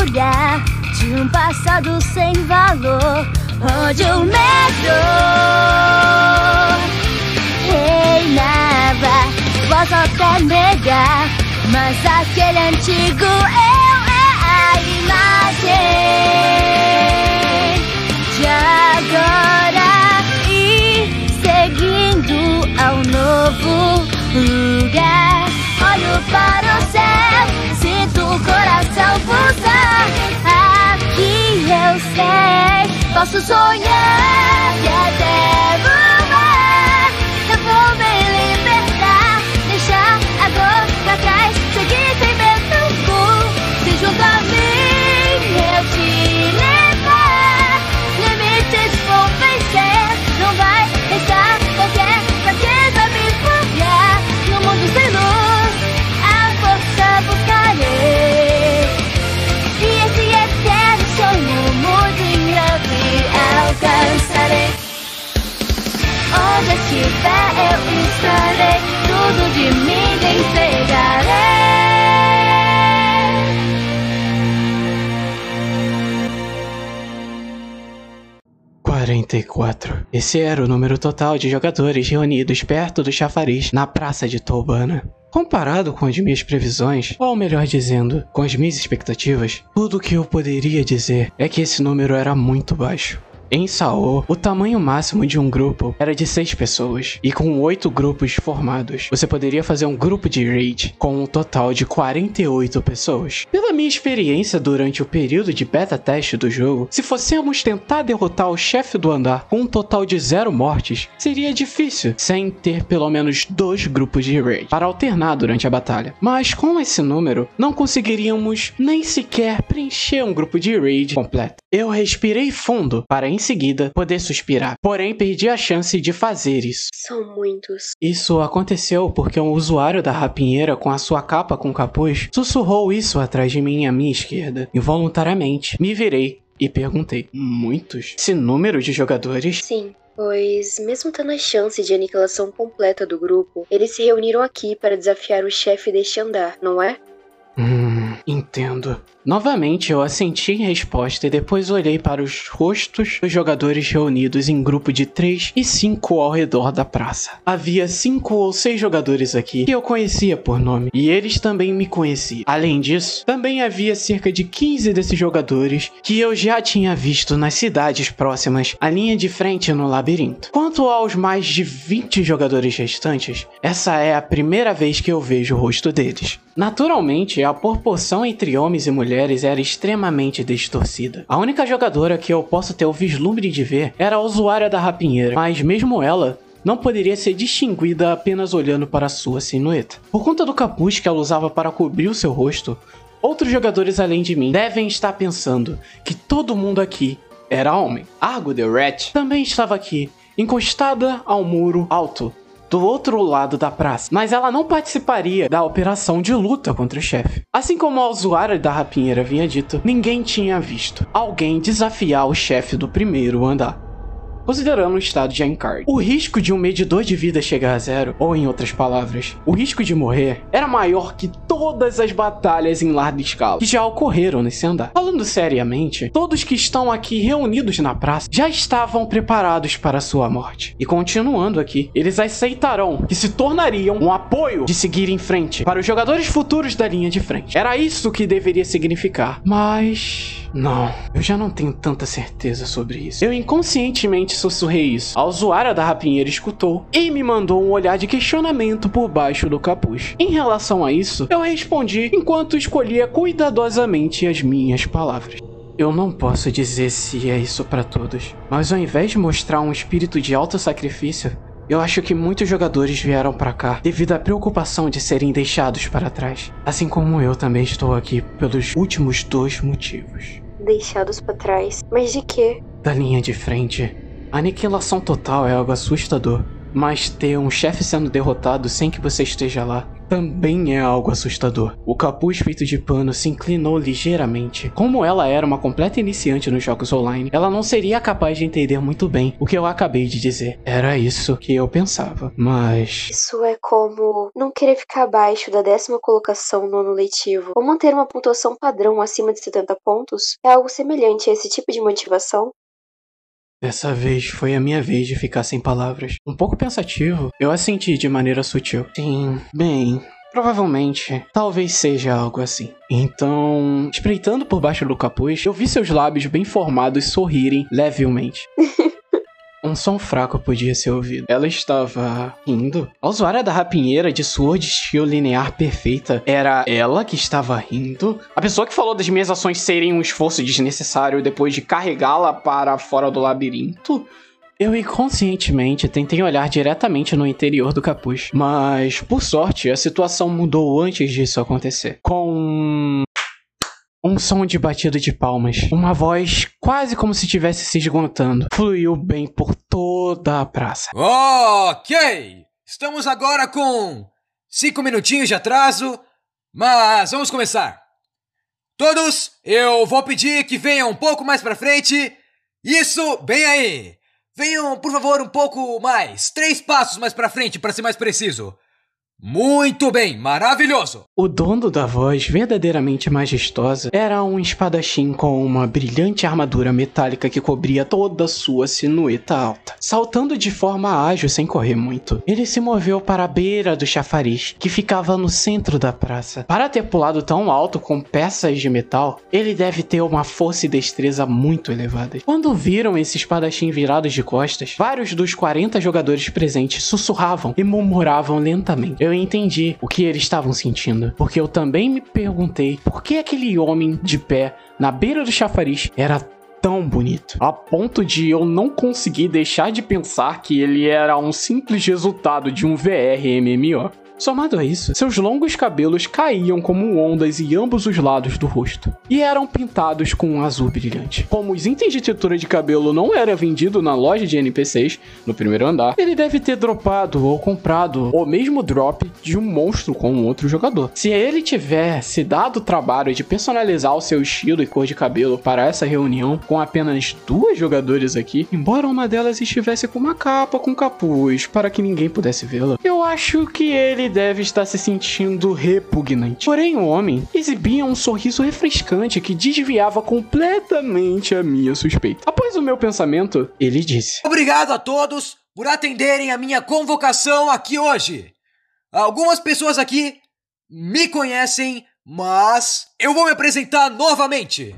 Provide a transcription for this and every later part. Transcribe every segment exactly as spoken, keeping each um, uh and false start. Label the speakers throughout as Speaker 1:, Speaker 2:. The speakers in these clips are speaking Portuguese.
Speaker 1: memória de um passado sem valor, onde o medo reinava. Posso até negar, mas aquele antigo eu é a imagem de agora, e seguindo ao novo lugar. Olho para o céu, sinto o coração pulsar. Aqui eu sei, posso sonhar e até voar. Eu vou me libertar, deixar a dor pra trás, seguir sem medo. Se junto a mim eu te levar, limites vou vencer. Não vai restar qualquer fraqueza a me folgar. No mundo sem luz, a força buscarei, e esse eterno sonho muito em breve alcançarei. Onde estiver eu estarei, tudo de mim lhe entregarei.
Speaker 2: quarenta e quatro. Esse era o número total de jogadores reunidos perto do chafariz na praça de Tolbana. Comparado com as minhas previsões, ou melhor dizendo, com as minhas expectativas, tudo o que eu poderia dizer é que esse número era muito baixo. Em Sao, o tamanho máximo de um grupo era de seis pessoas, e com oito grupos formados, você poderia fazer um grupo de raid com um total de quarenta e oito pessoas. Pela minha experiência durante o período de beta teste do jogo, se fossemos tentar derrotar o chefe do andar com um total de zero mortes, seria difícil, sem ter pelo menos dois grupos de raid para alternar durante a batalha. Mas com esse número, não conseguiríamos nem sequer preencher um grupo de raid completo. Eu respirei fundo para em seguida poder suspirar, porém perdi a chance de fazer isso.
Speaker 3: São muitos.
Speaker 2: Isso aconteceu porque um usuário da rapinheira com a sua capa com capuz sussurrou isso atrás de mim à minha esquerda. Involuntariamente, me virei e perguntei: muitos? Esse número de jogadores?
Speaker 3: Sim, pois mesmo tendo a chance de aniquilação completa do grupo, eles se reuniram aqui para desafiar o chefe deste andar, não é?
Speaker 2: Hum, entendo. Novamente eu assenti em resposta e depois olhei para os rostos dos jogadores reunidos em grupo de três e cinco ao redor da praça. Havia cinco ou seis jogadores aqui que eu conhecia por nome, e eles também me conheciam. Além disso, também havia cerca de quinze desses jogadores que eu já tinha visto nas cidades próximas à linha de frente no labirinto. Quanto aos mais de vinte jogadores restantes, essa é a primeira vez que eu vejo o rosto deles. Naturalmente, a proporção entre homens e mulheres era extremamente distorcida. A única jogadora que eu posso ter o vislumbre de ver era a usuária da rapinheira, mas mesmo ela não poderia ser distinguida apenas olhando para sua silhueta. Por conta do capuz que ela usava para cobrir o seu rosto, outros jogadores além de mim devem estar pensando que todo mundo aqui era homem. Argo the Rat também estava aqui, encostada ao muro alto do outro lado da praça, mas ela não participaria da operação de luta contra o chefe. Assim como a usuária da rapinheira havia dito, ninguém tinha visto alguém desafiar o chefe do primeiro andar, considerando o estado de Encard. O risco de um medidor de vida chegar a zero, ou em outras palavras, o risco de morrer, era maior que todas as batalhas em larga escala que já ocorreram nesse andar. Falando seriamente, todos que estão aqui reunidos na praça já estavam preparados para sua morte. E continuando aqui, eles aceitarão que se tornariam um apoio de seguir em frente para os jogadores futuros da linha de frente. Era isso que deveria significar. Mas não, eu já não tenho tanta certeza sobre isso. Eu inconscientemente sussurrei isso. A usuária da rapinheira escutou e me mandou um olhar de questionamento por baixo do capuz. Em relação a isso, eu respondi enquanto escolhia cuidadosamente as minhas palavras. Eu não posso dizer se é isso para todos, mas ao invés de mostrar um espírito de alto sacrifício, eu acho que muitos jogadores vieram pra cá devido à preocupação de serem deixados para trás. Assim como eu também estou aqui pelos últimos dois motivos.
Speaker 3: Deixados para trás? Mas de quê?
Speaker 2: Da linha de frente, a aniquilação total é algo assustador, mas ter um chefe sendo derrotado sem que você esteja lá também é algo assustador. O capuz feito de pano se inclinou ligeiramente. Como ela era uma completa iniciante nos jogos online, ela não seria capaz de entender muito bem o que eu acabei de dizer. Era isso que eu pensava, mas...
Speaker 3: Isso é como não querer ficar abaixo da décima colocação no ano letivo, ou manter uma pontuação padrão acima de setenta pontos. É algo semelhante a esse tipo de motivação?
Speaker 2: Dessa vez foi a minha vez de ficar sem palavras. Um pouco pensativo, eu assenti de maneira sutil. Sim, bem, provavelmente, talvez seja algo assim. Então, espreitando por baixo do capuz, eu vi seus lábios bem formados sorrirem levemente. Um som fraco podia ser ouvido. Ela estava rindo. A usuária da rapinheira de Sword Steel linear perfeita era ela que estava rindo? A pessoa que falou das minhas ações serem um esforço desnecessário depois de carregá-la para fora do labirinto? Eu inconscientemente tentei olhar diretamente no interior do capuz, mas, por sorte, a situação mudou antes disso acontecer. Com... um som de batida de palmas, uma voz quase como se estivesse se esgotando, fluiu bem por toda a praça.
Speaker 4: Ok! Estamos agora com cinco minutinhos de atraso, mas vamos começar. Todos, eu vou pedir que venham um pouco mais pra frente. Isso, bem aí. Venham, por favor, um pouco mais. Três passos mais pra frente, pra ser mais preciso. Muito bem, maravilhoso!
Speaker 2: O dono da voz, verdadeiramente majestosa, era um espadachim com uma brilhante armadura metálica que cobria toda a sua silhueta alta. Saltando de forma ágil sem correr muito, ele se moveu para a beira do chafariz, que ficava no centro da praça. Para ter pulado tão alto com peças de metal, ele deve ter uma força e destreza muito elevadas. Quando viram esse espadachim virado de costas, vários dos quarenta jogadores presentes sussurravam e murmuravam lentamente. Eu entendi o que eles estavam sentindo, porque eu também me perguntei por que aquele homem de pé na beira do chafariz era tão bonito, a ponto de eu não conseguir deixar de pensar que ele era um simples resultado de um V R M M O. Somado a isso, seus longos cabelos caíam como ondas em ambos os lados do rosto, e eram pintados com um azul brilhante. Como os itens de textura de cabelo não era vendido na loja de N P Cs, no primeiro andar, ele deve ter dropado ou comprado o mesmo drop de um monstro com um outro jogador. Se ele tivesse dado o trabalho de personalizar o seu estilo e cor de cabelo para essa reunião com apenas duas jogadoras aqui, embora uma delas estivesse com uma capa com capuz para que ninguém pudesse vê-la, eu acho que ele deve estar se sentindo repugnante. Porém, o homem exibia um sorriso refrescante que desviava completamente a minha suspeita. Após o meu pensamento, ele disse:
Speaker 4: Obrigado a todos por atenderem a minha convocação aqui hoje. Algumas pessoas aqui me conhecem, mas eu vou me apresentar novamente.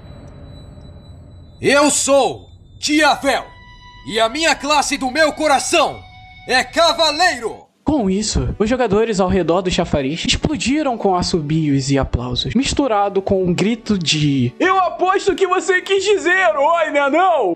Speaker 4: Eu sou Tiavel, e a minha classe do meu coração é Cavaleiro.
Speaker 2: Com isso, os jogadores ao redor do chafariz explodiram com assobios e aplausos, misturado com um grito de "Eu aposto que você quis dizer, oi, né não?"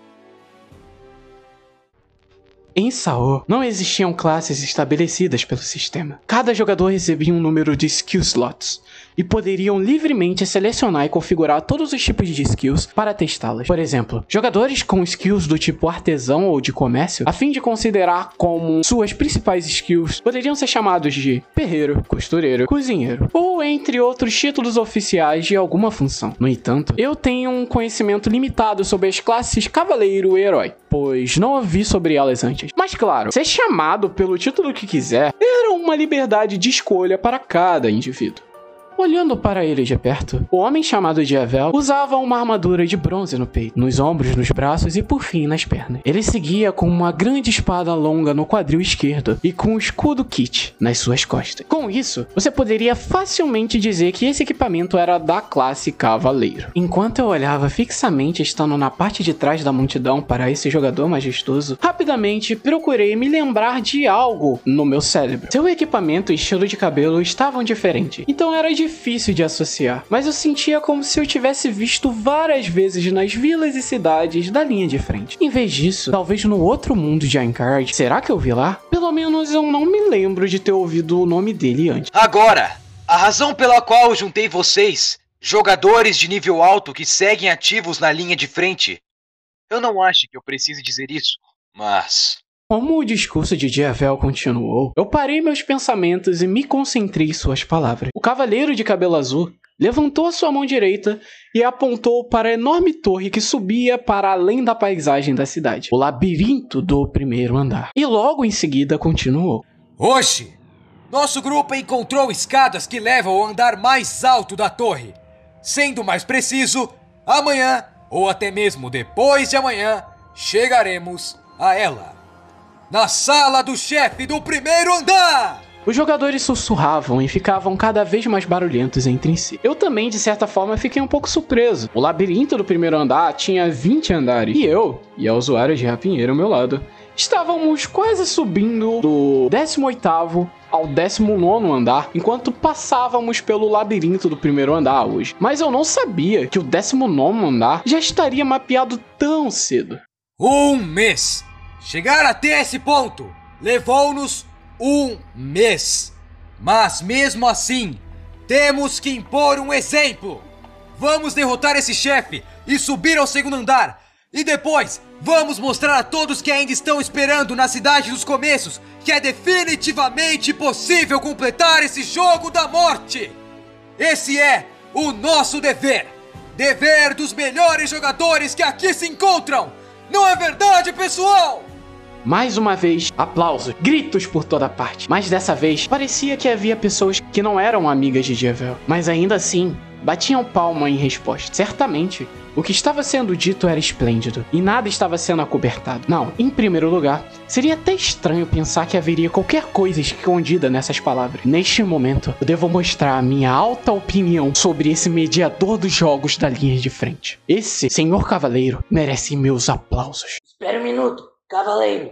Speaker 2: Em Sao, não existiam classes estabelecidas pelo sistema. Cada jogador recebia um número de skill slots, e poderiam livremente selecionar e configurar todos os tipos de skills para testá-las. Por exemplo, jogadores com skills do tipo artesão ou de comércio, a fim de considerar como suas principais skills, poderiam ser chamados de ferreiro, costureiro, cozinheiro, ou entre outros títulos oficiais de alguma função. No entanto, eu tenho um conhecimento limitado sobre as classes cavaleiro e herói, pois não ouvi sobre elas antes. Mas claro, ser chamado pelo título que quiser era uma liberdade de escolha para cada indivíduo. Olhando para ele de perto, o homem chamado Diavel usava uma armadura de bronze no peito, nos ombros, nos braços e por fim nas pernas. Ele seguia com uma grande espada longa no quadril esquerdo e com um escudo kit nas suas costas. Com isso, você poderia facilmente dizer que esse equipamento era da classe Cavaleiro. Enquanto eu olhava fixamente estando na parte de trás da multidão para esse jogador majestoso, rapidamente procurei me lembrar de algo no meu cérebro. Seu equipamento e estilo de cabelo estavam diferentes, então era de difícil de associar, mas eu sentia como se eu tivesse visto várias vezes nas vilas e cidades da linha de frente. Em vez disso, talvez no outro mundo de Aincrad, será que eu vi lá? Pelo menos eu não me lembro de ter ouvido o nome dele antes.
Speaker 5: Agora, a razão pela qual eu juntei vocês, jogadores de nível alto que seguem ativos na linha de frente, eu não acho que eu precise dizer isso, mas
Speaker 2: Como o discurso de Diavel continuou, eu parei meus pensamentos e me concentrei em suas palavras. O cavaleiro de cabelo azul levantou a sua mão direita e apontou para a enorme torre que subia para além da paisagem da cidade, o labirinto do primeiro andar. E logo em seguida continuou.
Speaker 4: Hoje, nosso grupo encontrou escadas que levam ao andar mais alto da torre. Sendo mais preciso, amanhã, ou até mesmo depois de amanhã, chegaremos a ela. Na sala do chefe do primeiro andar!
Speaker 2: Os jogadores sussurravam e ficavam cada vez mais barulhentos entre si. Eu também, de certa forma, fiquei um pouco surpreso. O labirinto do primeiro andar tinha vinte andares. E eu, e a usuária de rapinheiro ao meu lado, estávamos quase subindo do décimo oitavo ao décimo nono andar, enquanto passávamos pelo labirinto do primeiro andar hoje. Mas eu não sabia que o décimo nono andar já estaria mapeado tão cedo.
Speaker 4: Um mês! Chegar até esse ponto levou-nos um mês. Mas mesmo assim, temos que impor um exemplo. Vamos derrotar esse chefe e subir ao segundo andar. E depois, vamos mostrar a todos que ainda estão esperando na cidade dos começos que é definitivamente possível completar esse jogo da morte. Esse é o nosso dever. Dever dos melhores jogadores que aqui se encontram. Não é verdade, pessoal?
Speaker 2: Mais uma vez, aplausos, gritos por toda parte. Mas dessa vez, parecia que havia pessoas que não eram amigas de Diavel. Mas ainda assim, batiam palma em resposta. Certamente, o que estava sendo dito era esplêndido. E nada estava sendo acobertado. Não, em primeiro lugar, seria até estranho pensar que haveria qualquer coisa escondida nessas palavras. Neste momento, eu devo mostrar a minha alta opinião sobre esse mediador dos jogos da linha de frente. Esse senhor cavaleiro merece meus aplausos.
Speaker 6: Espera um minuto. Cavaleiro.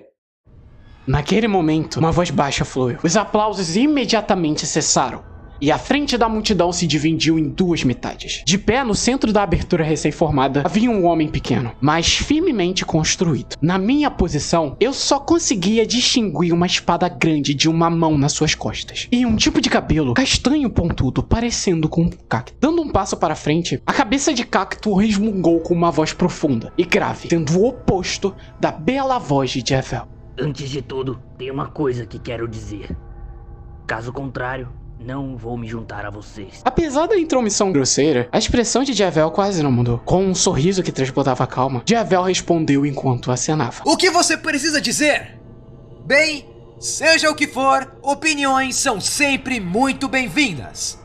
Speaker 2: Naquele momento, uma voz baixa fluiu. Os aplausos imediatamente cessaram. E a frente da multidão se dividiu em duas metades. De pé no centro da abertura recém-formada, havia um homem pequeno, mas firmemente construído. Na minha posição, eu só conseguia distinguir uma espada grande de uma mão nas suas costas. E um tipo de cabelo castanho pontudo, parecendo com um cacto. Dando um passo para frente, a cabeça de cacto resmungou com uma voz profunda e grave, sendo o oposto da bela voz de Diavel.
Speaker 6: Antes de tudo, tem uma coisa que quero dizer. Caso contrário, não vou me juntar a vocês.
Speaker 2: Apesar da intromissão grosseira, a expressão de Diavel quase não mudou. Com um sorriso que transbordava calma, Diavel respondeu enquanto acenava.
Speaker 4: O que você precisa dizer? Bem, seja o que for, opiniões são sempre muito bem-vindas.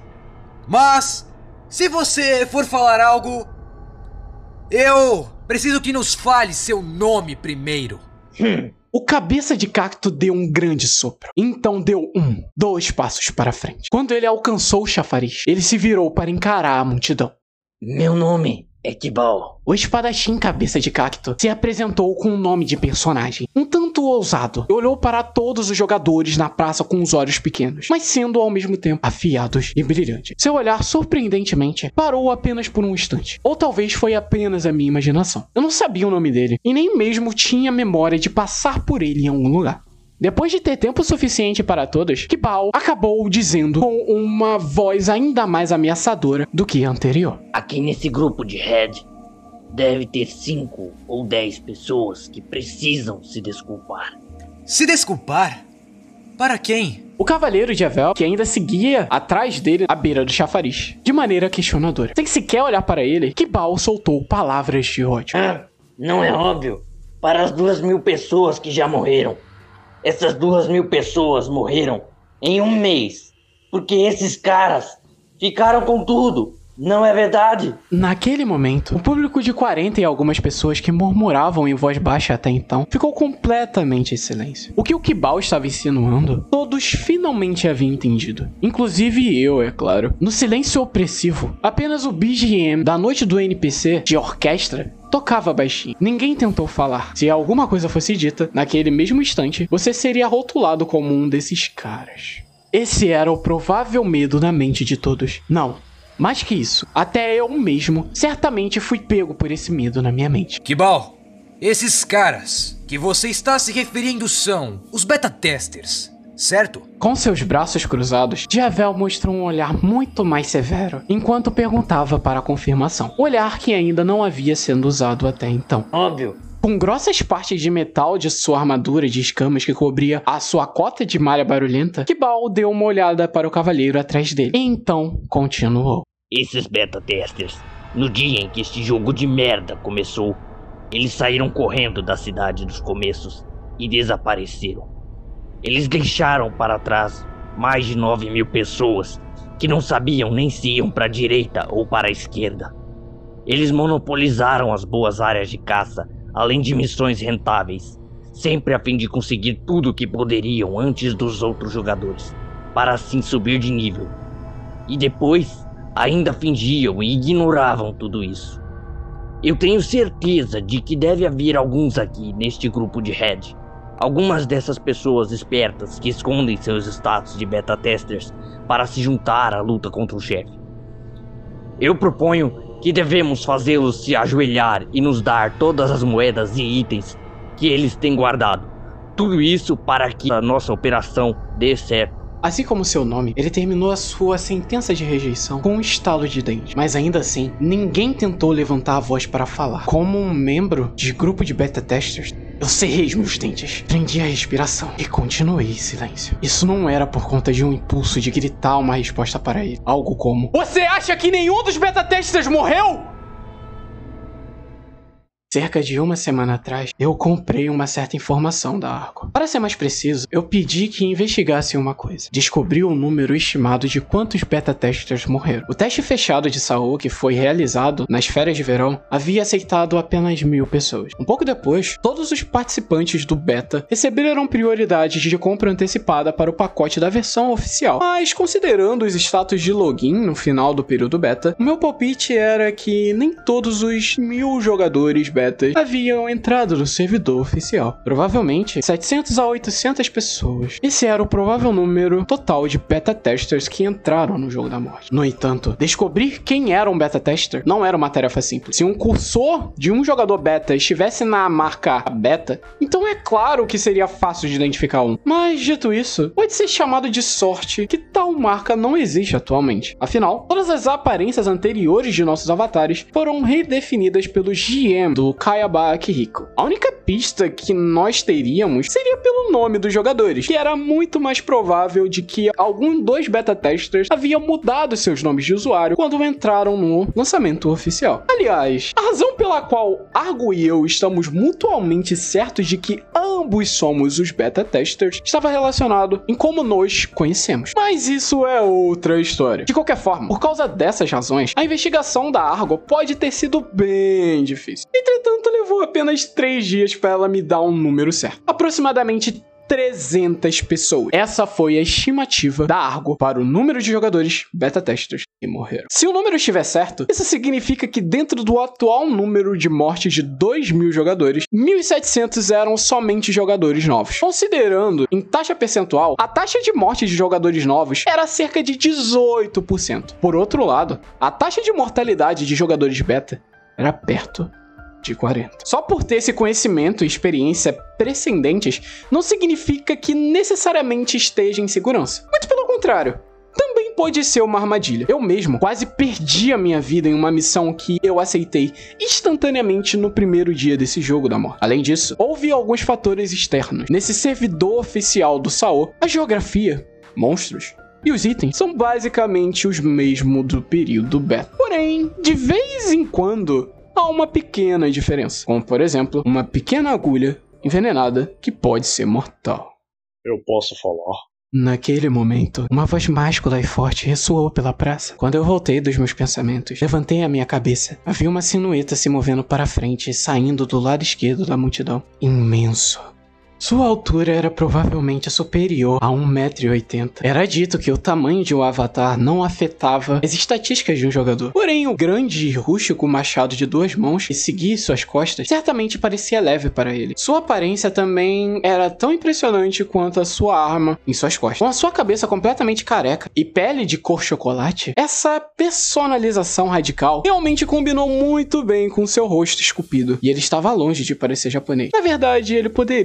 Speaker 4: Mas, se você for falar algo, eu preciso que nos fale seu nome primeiro.
Speaker 6: Hum.
Speaker 2: O cabeça de cacto deu um grande sopro. Então deu um, dois passos para frente. Quando ele alcançou o chafariz, ele se virou para encarar a multidão.
Speaker 6: Meu nome é Kibal.
Speaker 2: O espadachim cabeça de cacto se apresentou com um nome de personagem, um tanto ousado. Olhou para todos os jogadores na praça com os olhos pequenos, mas sendo ao mesmo tempo afiados e brilhantes. Seu olhar, surpreendentemente, parou apenas por um instante. Ou talvez foi apenas a minha imaginação. Eu não sabia o nome dele, e nem mesmo tinha memória de passar por ele em algum lugar. Depois de ter tempo suficiente para todos, Kibal acabou dizendo com uma voz ainda mais ameaçadora do que a anterior.
Speaker 6: Aqui nesse grupo de Red, deve ter cinco ou dez pessoas que precisam se desculpar.
Speaker 4: Se desculpar? Para quem?
Speaker 2: O cavaleiro de Avel, que ainda seguia atrás dele à beira do chafariz, de maneira questionadora. Sem sequer olhar para ele, Kibal soltou palavras de ódio.
Speaker 6: Ah, não é óbvio. Para as duas mil pessoas que já morreram. Essas duas mil pessoas morreram em um mês, porque esses caras ficaram com tudo, não é verdade?
Speaker 2: Naquele momento, o público de quarenta e algumas pessoas que murmuravam em voz baixa até então, ficou completamente em silêncio. O que o Kibal estava insinuando, todos finalmente haviam entendido. Inclusive eu, é claro. No silêncio opressivo, apenas o B G M da noite do N P C de orquestra tocava baixinho. Ninguém tentou falar. Se alguma coisa fosse dita, naquele mesmo instante, você seria rotulado como um desses caras. Esse era o provável medo na mente de todos. Não, mais que isso, até eu mesmo certamente fui pego por esse medo na minha mente.
Speaker 4: Kibal, esses caras que você está se referindo são os beta-testers, certo?
Speaker 2: Com seus braços cruzados, Diavel mostrou um olhar muito mais severo, enquanto perguntava para a confirmação. Olhar que ainda não havia sido usado até então.
Speaker 6: Óbvio,
Speaker 2: Com grossas partes de metal de sua armadura de escamas que cobria a sua cota de malha barulhenta, Kibal deu uma olhada para o cavaleiro atrás dele. E então continuou.
Speaker 6: Esses beta-testers, no dia em que este jogo de merda começou, eles saíram correndo da cidade dos começos e desapareceram. Eles deixaram para trás mais de nove mil pessoas que não sabiam nem se iam para a direita ou para a esquerda. Eles monopolizaram as boas áreas de caça, além de missões rentáveis, sempre a fim de conseguir tudo o que poderiam antes dos outros jogadores, para assim subir de nível. E depois, ainda fingiam e ignoravam tudo isso. Eu tenho certeza de que deve haver alguns aqui neste grupo de Red. Algumas dessas pessoas espertas que escondem seus status de beta-testers para se juntar à luta contra o chefe. Eu proponho que devemos fazê-los se ajoelhar e nos dar todas as moedas e itens que eles têm guardado. Tudo isso para que a nossa operação dê certo.
Speaker 2: Assim como seu nome, ele terminou a sua sentença de rejeição com um estalo de dente. Mas ainda assim, ninguém tentou levantar a voz para falar. Como um membro de grupo de beta-testers, eu cerrei os meus dentes, prendi a respiração e continuei em silêncio. Isso não era por conta de um impulso de gritar uma resposta para ele. Algo como: "Você acha que nenhum dos beta-testers morreu?" Cerca de uma semana atrás, eu comprei uma certa informação da Argo. Para ser mais preciso, eu pedi que investigassem uma coisa. Descobri o número estimado de quantos beta-testers morreram. O teste fechado de Saul, que foi realizado nas férias de verão, havia aceitado apenas mil pessoas. Um pouco depois, todos os participantes do beta receberam prioridade de compra antecipada para o pacote da versão oficial. Mas, considerando os status de login no final do período beta, o meu palpite era que nem todos os mil jogadores betas haviam entrado no servidor oficial. Provavelmente setecentas a oitocentas pessoas. Esse era o provável número total de beta-testers que entraram no jogo da morte. No entanto, descobrir quem era um beta-tester não era uma tarefa simples. Se um cursor de um jogador beta estivesse na marca beta, então é claro que seria fácil de identificar um. Mas, dito isso, pode ser chamado de sorte que tal marca não existe atualmente. Afinal, todas as aparências anteriores de nossos avatares foram redefinidas pelo G M do Kayaba Akihiko. A única pista que nós teríamos seria pelo nome dos jogadores, que era muito mais provável de que algum dos beta-testers haviam mudado seus nomes de usuário quando entraram no lançamento oficial. Aliás, a razão pela qual Argo e eu estamos mutuamente certos de que ambos somos os beta-testers estava relacionado em como nos conhecemos. Mas isso é outra história. De qualquer forma, por causa dessas razões, a investigação da Argo pode ter sido bem difícil. Entretanto, levou apenas três dias para ela me dar um número certo. Aproximadamente trezentas pessoas. Essa foi a estimativa da Argo para o número de jogadores beta-testers que morreram. Se o número estiver certo, isso significa que dentro do atual número de mortes de dois mil jogadores, mil e setecentos eram somente jogadores novos. Considerando em taxa percentual, a taxa de morte de jogadores novos era cerca de dezoito por cento. Por outro lado, a taxa de mortalidade de jogadores beta era perto de quarenta. Só por ter esse conhecimento e experiência precedentes não significa que necessariamente esteja em segurança. Muito pelo contrário. Também pode ser uma armadilha. Eu mesmo quase perdi a minha vida em uma missão que eu aceitei instantaneamente no primeiro dia desse jogo da morte. Além disso, houve alguns fatores externos. Nesse servidor oficial do Sao, a geografia, monstros e os itens são basicamente os mesmos do período beta. Porém, de vez em quando, há uma pequena diferença, como por exemplo, uma pequena agulha envenenada que pode ser mortal.
Speaker 7: Eu posso falar?
Speaker 2: Naquele momento, uma voz máscula e forte ressoou pela praça. Quando eu voltei dos meus pensamentos, levantei a minha cabeça. Havia uma silhueta se movendo para frente, saindo do lado esquerdo da multidão. Imenso. Sua altura era provavelmente superior a um metro e oitenta. Era dito que o tamanho de um avatar não afetava as estatísticas de um jogador. Porém, o grande e rústico machado de duas mãos que seguia suas costas certamente parecia leve para ele. Sua aparência também era tão impressionante quanto a sua arma em suas costas. Com a sua cabeça completamente careca e pele de cor chocolate, essa personalização radical realmente combinou muito bem com seu rosto esculpido. E ele estava longe de parecer japonês. Na verdade, ele poderia ser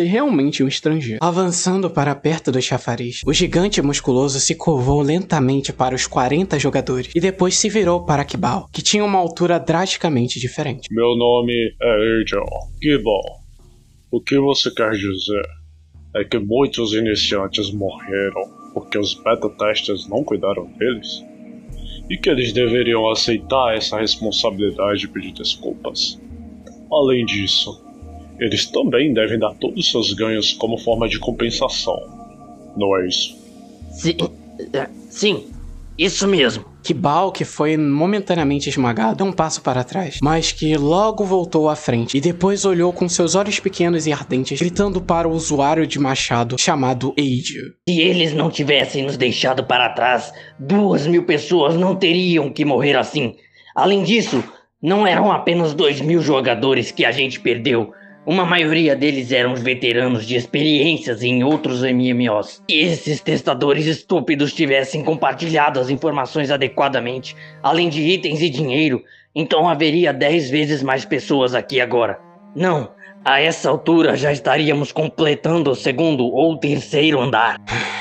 Speaker 2: fosse realmente um estrangeiro. Avançando para perto do chafariz, o gigante musculoso se curvou lentamente para os quarenta jogadores e depois se virou para Kibal, que tinha uma altura drasticamente diferente.
Speaker 7: Meu nome é Angel. Kibal, o que você quer dizer é que muitos iniciantes morreram porque os beta-testers não cuidaram deles? E que eles deveriam aceitar essa responsabilidade e pedir desculpas. Além disso, eles também devem dar todos os seus ganhos como forma de compensação. Não é isso?
Speaker 6: Sim, sim, isso mesmo.
Speaker 2: Kibal, que foi momentaneamente esmagado, deu um passo para trás, mas que logo voltou à frente e depois olhou com seus olhos pequenos e ardentes, gritando para o usuário de machado chamado Eiji.
Speaker 6: Se eles não tivessem nos deixado para trás, duas mil pessoas não teriam que morrer assim. Além disso, não eram apenas dois mil jogadores que a gente perdeu. Uma maioria deles eram veteranos de experiências em outros M M Os. Se esses testadores estúpidos tivessem compartilhado as informações adequadamente, além de itens e dinheiro, então haveria dez vezes mais pessoas aqui agora. Não, a essa altura já estaríamos completando o segundo ou terceiro andar.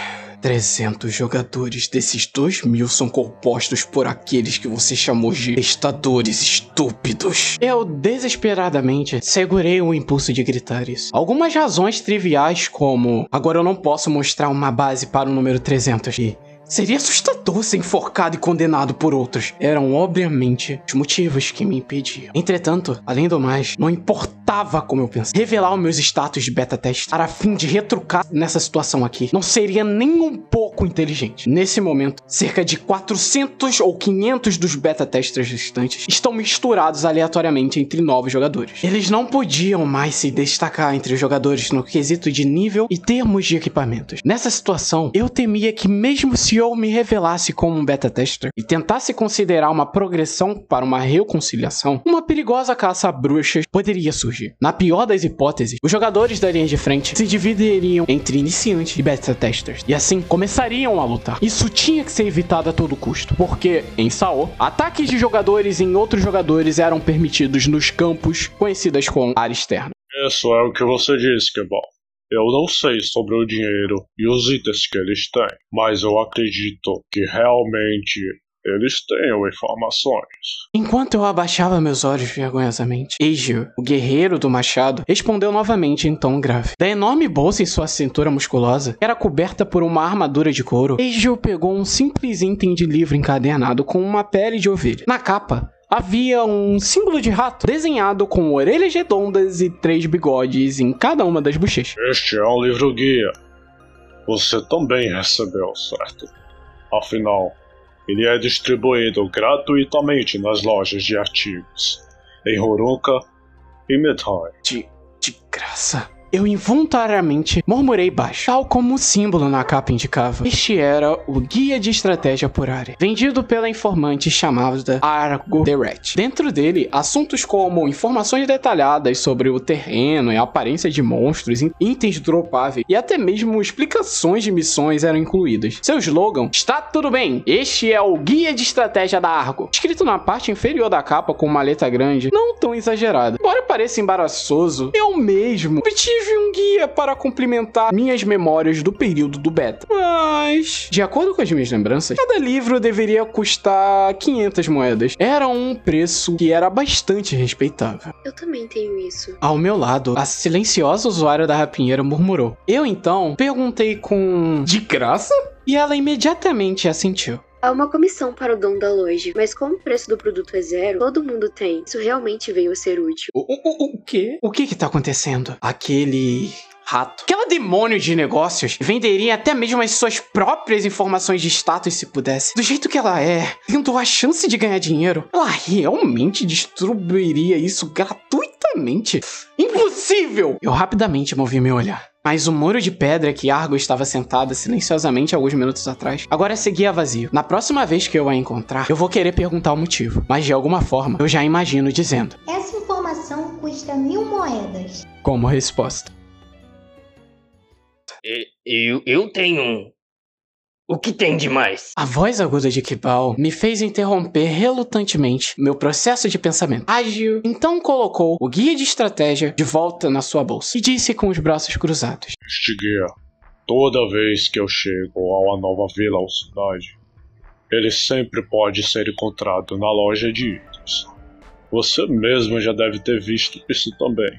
Speaker 2: trezentos jogadores desses dois mil são compostos por aqueles que você chamou de testadores estúpidos. Eu desesperadamente segurei o impulso de gritar isso. Algumas razões triviais como: agora eu não posso mostrar uma base para o número trezentos e seria assustador ser enforcado e condenado por outros. Eram, obviamente, os motivos que me impediam. Entretanto, além do mais, não importava como eu pensava. Revelar os meus status de beta teste para fim de retrucar nessa situação aqui não seria nem um pouco inteligente. Nesse momento, cerca de quatrocentos ou quinhentos dos beta testers restantes estão misturados aleatoriamente entre novos jogadores. Eles não podiam mais se destacar entre os jogadores no quesito de nível e termos de equipamentos. Nessa situação, eu temia que mesmo se eu me revelasse como um beta tester e tentasse considerar uma progressão para uma reconciliação, uma perigosa caça a bruxas poderia surgir. Na pior das hipóteses, os jogadores da linha de frente se dividiriam entre iniciantes e beta testers, e assim começariam a lutar. Isso tinha que ser evitado a todo custo, porque, em Sao, ataques de jogadores em outros jogadores eram permitidos nos campos conhecidas como área externa.
Speaker 7: Isso é o que você disse, Kibal. Eu não sei sobre o dinheiro e os itens que eles têm, mas eu acredito que realmente eles tenham informações.
Speaker 2: Enquanto eu abaixava meus olhos vergonhosamente, Eiji, o guerreiro do machado, respondeu novamente em tom grave. Da enorme bolsa em sua cintura musculosa, que era coberta por uma armadura de couro, Eiji pegou um simples item de livro encadernado com uma pele de ovelha. Na capa, havia um símbolo de rato desenhado com orelhas redondas e três bigodes em cada uma das bochechas.
Speaker 7: Este é um livro guia. Você também recebeu, certo? Afinal, ele é distribuído gratuitamente nas lojas de artigos em Horuka e Midhai.
Speaker 2: De, de graça. Eu involuntariamente murmurei baixo, tal como o símbolo na capa indicava. Este era o Guia de Estratégia por Área, vendido pela informante chamada Argo Direct. Dentro dele, assuntos como informações detalhadas sobre o terreno e a aparência de monstros, itens dropáveis e até mesmo explicações de missões eram incluídas. Seu slogan: "Está tudo bem, este é o Guia de Estratégia da Argo", escrito na parte inferior da capa com uma letra grande, não tão exagerada. Embora pareça embaraçoso, eu mesmo obtive um guia para complementar minhas memórias do período do beta. Mas, de acordo com as minhas lembranças, cada livro deveria custar quinhentas moedas. Era um preço que era bastante respeitável.
Speaker 3: Eu também tenho isso.
Speaker 2: Ao meu lado, a silenciosa usuária da rapinheira murmurou. Eu, então, perguntei com... "De graça?" E ela imediatamente assentiu.
Speaker 3: Há uma comissão para o dom da loja, mas como o preço do produto é zero, todo mundo tem. Isso realmente veio a ser útil.
Speaker 2: O, o, o quê? O que que tá acontecendo? Aquele... rato. Aquela demônio de negócios venderia até mesmo as suas próprias informações de status se pudesse. Do jeito que ela é, tendo a chance de ganhar dinheiro, ela realmente distribuiria isso gratuitamente? Impossível! Eu rapidamente movi meu olhar. Mas o muro de pedra que Argo estava sentada silenciosamente alguns minutos atrás, agora seguia vazio. Na próxima vez que eu a encontrar, eu vou querer perguntar o motivo. Mas de alguma forma, eu já imagino dizendo:
Speaker 8: "Essa informação custa mil moedas."
Speaker 2: Como resposta.
Speaker 6: Eu, eu tenho um. O que tem de mais?
Speaker 2: A voz aguda de Kibal me fez interromper relutantemente meu processo de pensamento. Ágil então colocou o guia de estratégia de volta na sua bolsa e disse com os braços cruzados:
Speaker 7: Este guia, toda vez que eu chego a uma nova vila ou cidade, ele sempre pode ser encontrado na loja de itens. Você mesmo já deve ter visto isso também.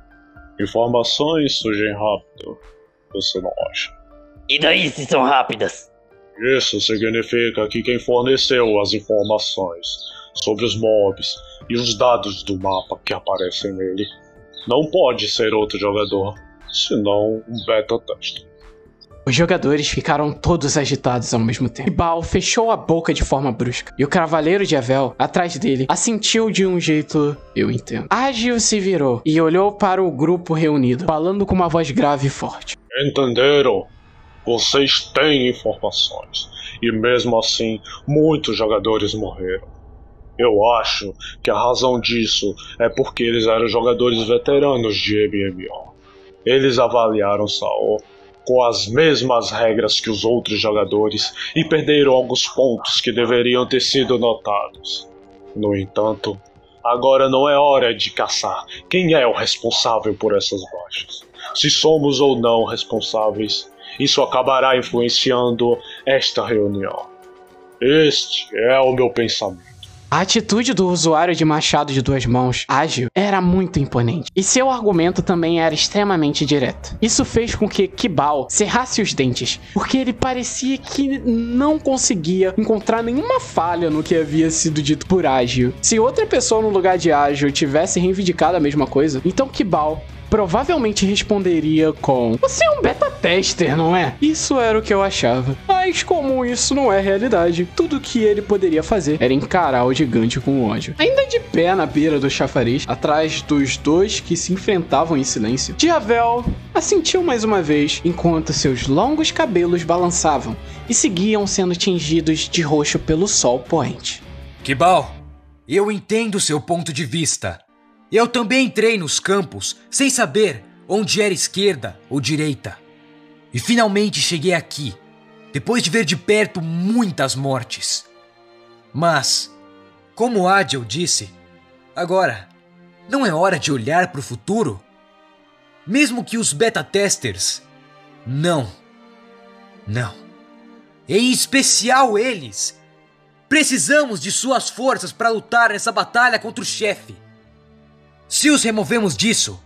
Speaker 7: Informações surgem rápido, você não acha?
Speaker 6: E daí se são rápidas?
Speaker 7: Isso significa que quem forneceu as informações sobre os mobs e os dados do mapa que aparecem nele não pode ser outro jogador, senão um beta tester.
Speaker 2: Os jogadores ficaram todos agitados ao mesmo tempo. Kibal fechou a boca de forma brusca, e o Cavaleiro de Avel, atrás dele, assentiu de um jeito... eu entendo. Ágil se virou e olhou para o grupo reunido, falando com uma voz grave e forte.
Speaker 7: Entenderam? Vocês têm informações, e mesmo assim, muitos jogadores morreram. Eu acho que a razão disso é porque eles eram jogadores veteranos de M M O. Eles avaliaram Saul com as mesmas regras que os outros jogadores e perderam alguns pontos que deveriam ter sido notados. No entanto, agora não é hora de caçar quem é o responsável por essas baixas. Se somos ou não responsáveis, isso acabará influenciando esta reunião. Este é o meu pensamento.
Speaker 2: A atitude do usuário de machado de duas mãos, Ágil, era muito imponente, e seu argumento também era extremamente direto. Isso fez com que Kibal cerrasse os dentes, porque ele parecia que não conseguia encontrar nenhuma falha no que havia sido dito por Ágil. Se outra pessoa no lugar de Ágil tivesse reivindicado a mesma coisa, então Kibal provavelmente responderia com: você é um beta tester, não é? Isso era o que eu achava. Mas como isso não é realidade, tudo que ele poderia fazer era encarar o gigante com ódio. Ainda de pé na beira do chafariz, atrás dos dois que se enfrentavam em silêncio, Diavel assentiu mais uma vez, enquanto seus longos cabelos balançavam e seguiam sendo tingidos de roxo pelo sol poente.
Speaker 4: Kibal, eu entendo seu ponto de vista. Eu também entrei nos campos sem saber onde era esquerda ou direita. E finalmente cheguei aqui, depois de ver de perto muitas mortes. Mas, como Adil disse, agora não é hora de olhar para o futuro? Mesmo que os beta-testers... Não. Não. Em especial eles. Precisamos de suas forças para lutar nessa batalha contra o chefe. Se os removemos disso,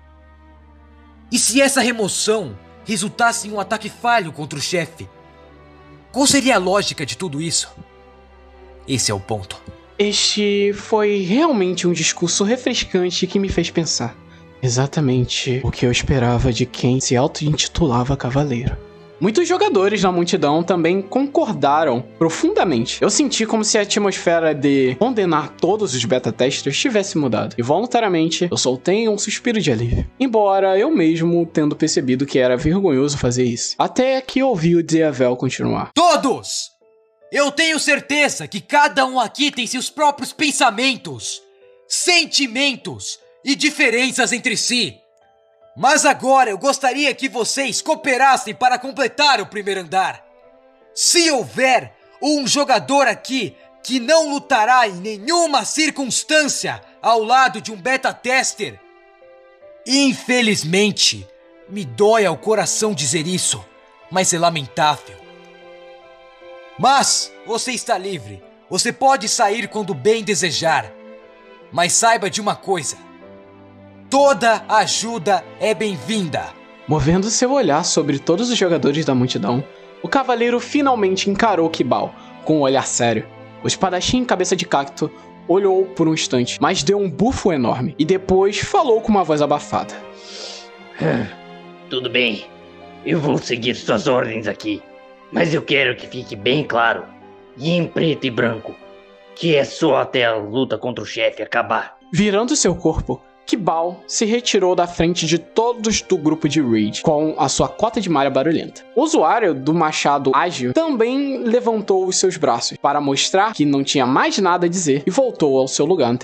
Speaker 4: e se essa remoção resultasse em um ataque falho contra o chefe, qual seria a lógica de tudo isso? Esse é o ponto.
Speaker 2: Este foi realmente um discurso refrescante que me fez pensar. Exatamente o que eu esperava de quem se auto-intitulava cavaleiro. Muitos jogadores na multidão também concordaram profundamente. Eu senti como se a atmosfera de condenar todos os beta-testers tivesse mudado. E voluntariamente, eu soltei um suspiro de alívio. Embora eu mesmo tendo percebido que era vergonhoso fazer isso. Até que ouvi o Diavel continuar.
Speaker 4: Todos! Eu tenho certeza que cada um aqui tem seus próprios pensamentos, sentimentos e diferenças entre si. Mas agora eu gostaria que vocês cooperassem para completar o primeiro andar. Se houver um jogador aqui que não lutará em nenhuma circunstância ao lado de um beta-tester, infelizmente, me dói ao coração dizer isso, mas é lamentável. Mas você está livre, você pode sair quando bem desejar, mas saiba de uma coisa. Toda ajuda é bem-vinda.
Speaker 2: Movendo seu olhar sobre todos os jogadores da multidão, o cavaleiro finalmente encarou Kibal com um olhar sério. O espadachim cabeça de cacto olhou por um instante, mas deu um bufo enorme e depois falou com uma voz abafada.
Speaker 6: Tudo bem, eu vou seguir suas ordens aqui, mas eu quero que fique bem claro, e em preto e branco, que é só até a luta contra o chefe acabar.
Speaker 2: Virando seu corpo, Kibal se retirou da frente de todos do grupo de Raid com a sua cota de malha barulhenta. O usuário do machado ágil também levantou os seus braços para mostrar que não tinha mais nada a dizer e voltou ao seu lugar anterior.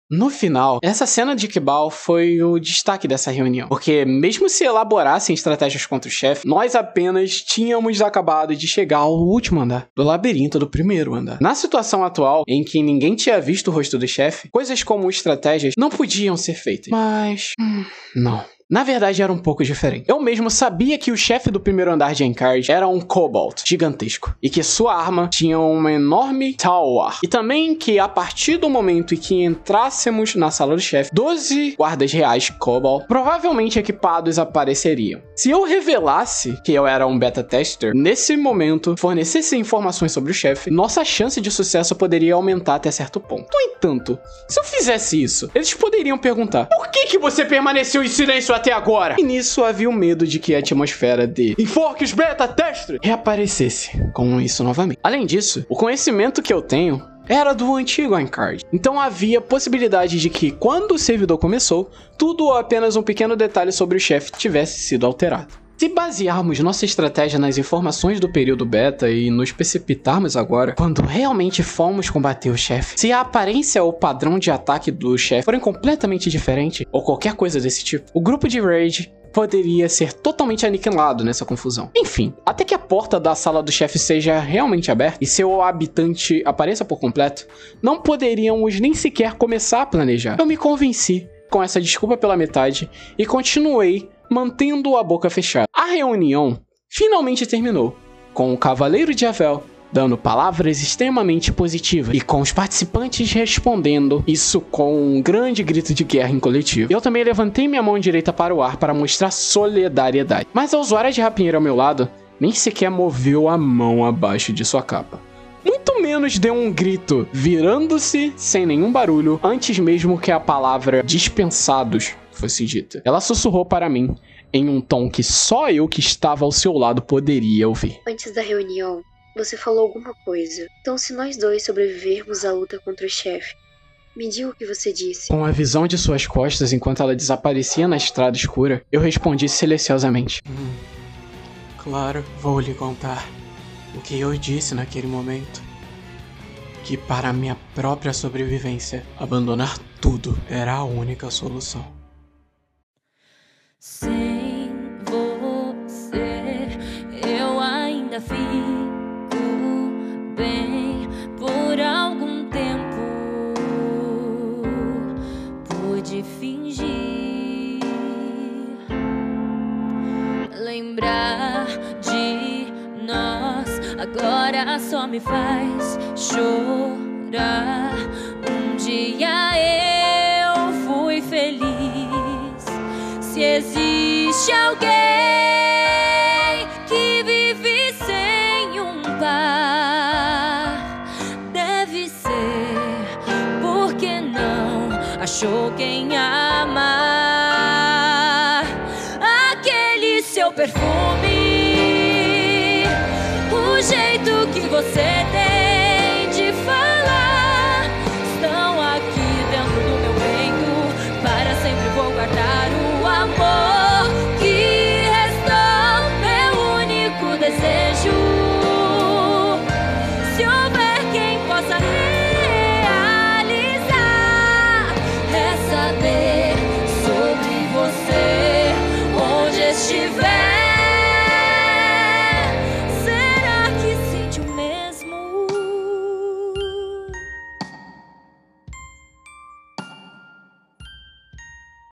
Speaker 2: No final, essa cena de Kibal foi o destaque dessa reunião, porque mesmo se elaborassem estratégias contra o chefe, nós apenas tínhamos acabado de chegar ao último andar do labirinto do primeiro andar. Na situação atual, em que ninguém tinha visto o rosto do chefe, coisas como estratégias não podiam ser feitas. Mas... Hum, não. Na verdade, era um pouco diferente. Eu mesmo sabia que o chefe do primeiro andar de Encard era um Kobold gigantesco, e que sua arma tinha uma enorme Talwar. E também que, a partir do momento em que entrássemos na sala do chefe, doze guardas reais Kobold, provavelmente equipados, apareceriam. Se eu revelasse que eu era um beta tester, nesse momento, fornecesse informações sobre o chefe, nossa chance de sucesso poderia aumentar até certo ponto. No entanto, se eu fizesse isso, eles poderiam perguntar: por que que você permaneceu em silêncio até agora? E nisso havia o medo de que a atmosfera de Enforques Beta Tester reaparecesse com isso novamente. Além disso, o conhecimento que eu tenho era do antigo Encard. Então havia possibilidade de que, quando o servidor começou, tudo ou apenas um pequeno detalhe sobre o chefe tivesse sido alterado. Se basearmos nossa estratégia nas informações do período beta e nos precipitarmos agora, quando realmente fomos combater o chefe, se a aparência ou padrão de ataque do chefe forem completamente diferentes, ou qualquer coisa desse tipo, o grupo de raid poderia ser totalmente aniquilado nessa confusão. Enfim, até que a porta da sala do chefe seja realmente aberta e seu habitante apareça por completo, não poderíamos nem sequer começar a planejar. Eu me convenci com essa desculpa pela metade e continuei mantendo a boca fechada. A reunião finalmente terminou, com o Cavaleiro de Avel dando palavras extremamente positivas e com os participantes respondendo isso com um grande grito de guerra em coletivo. Eu também levantei minha mão direita para o ar para mostrar solidariedade, mas a usuária de rapieiro ao meu lado nem sequer moveu a mão abaixo de sua capa. Muito menos deu um grito, virando-se sem nenhum barulho, antes mesmo que a palavra dispensados fosse dita. Ela sussurrou para mim, em um tom que só eu que estava ao seu lado poderia ouvir.
Speaker 3: Antes da reunião, você falou alguma coisa. Então, se nós dois sobrevivermos à luta contra o chefe, me diga o que você disse.
Speaker 2: Com a visão de suas costas enquanto ela desaparecia na estrada escura, eu respondi silenciosamente. Hum, claro, vou lhe contar o que eu disse naquele momento. Que para minha própria sobrevivência, abandonar tudo era a única solução.
Speaker 1: Sem você, eu ainda fico bem por algum tempo. Pude fingir, lembrar de nós agora só me faz chorar. Um dia eu fui feliz. Se existe alguém